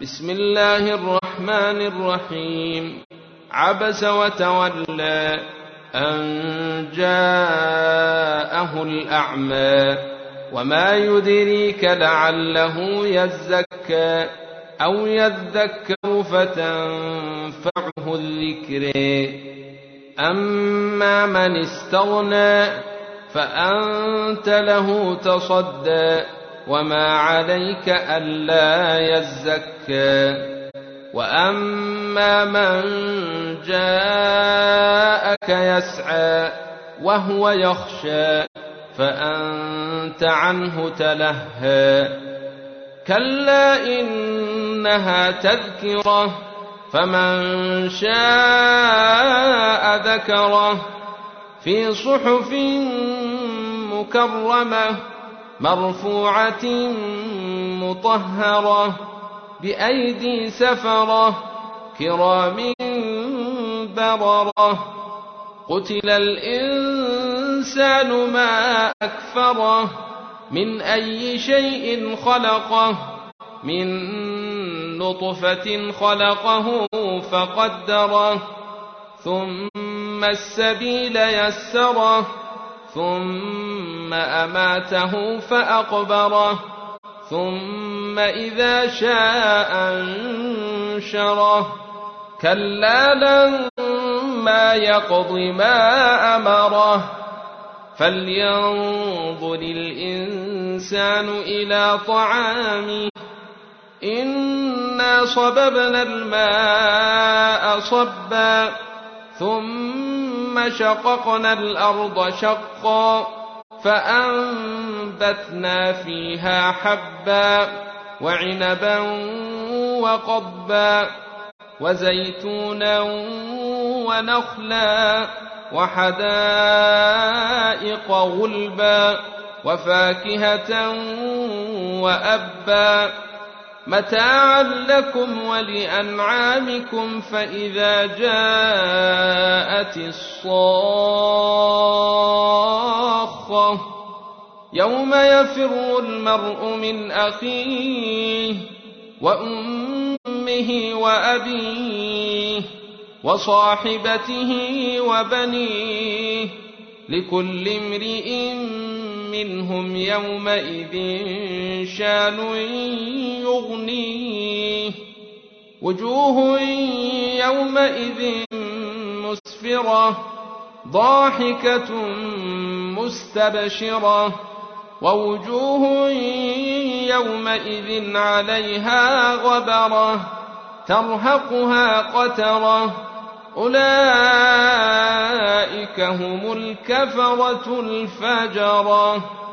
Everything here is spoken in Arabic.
بسم الله الرحمن الرحيم. عبس وتولى أن جاءه الأعمى وما يدريك لعله يزكى أو يذكر فتنفعه الذكر. أما من استغنى فأنت له تصدى وما عليك ألا يزكى. وأما من جاءك يسعى وهو يخشى فأنت عنه تلهى. كلا إنها تذكرة فمن شاء ذكره في صحف مكرمة مرفوعة مطهرة بأيدي سفرة كرام بررة. قتل الإنسان ما أكفره من أي شيء خلقه من نطفة خلقه فقدره ثم السبيل يسره ثم أماته فأقبره ثم إذا شاء أنشره. كلا لما يقض ما أمره فلينظر الإنسان إلى طعامه إنا صببنا الماء صبا ثم شققنا الأرض شقا فأنبتنا فيها حبا وعنبا وقضبا وزيتونا ونخلا وحدائق غلبا وفاكهة وأبا متاعا لكم ولأنعامكم. فإذا جاءت الصاخة يوم يفر المرء من أخيه وأمه وأبيه وصاحبته وبنيه لكل امرئ منهم يومئذ شان يغنيه. وجوه يومئذ مسفرة ضاحكة مستبشرة ووجوه يومئذ عليها غبرة ترهقها قترة أولئك هم الكفرة الفجرة.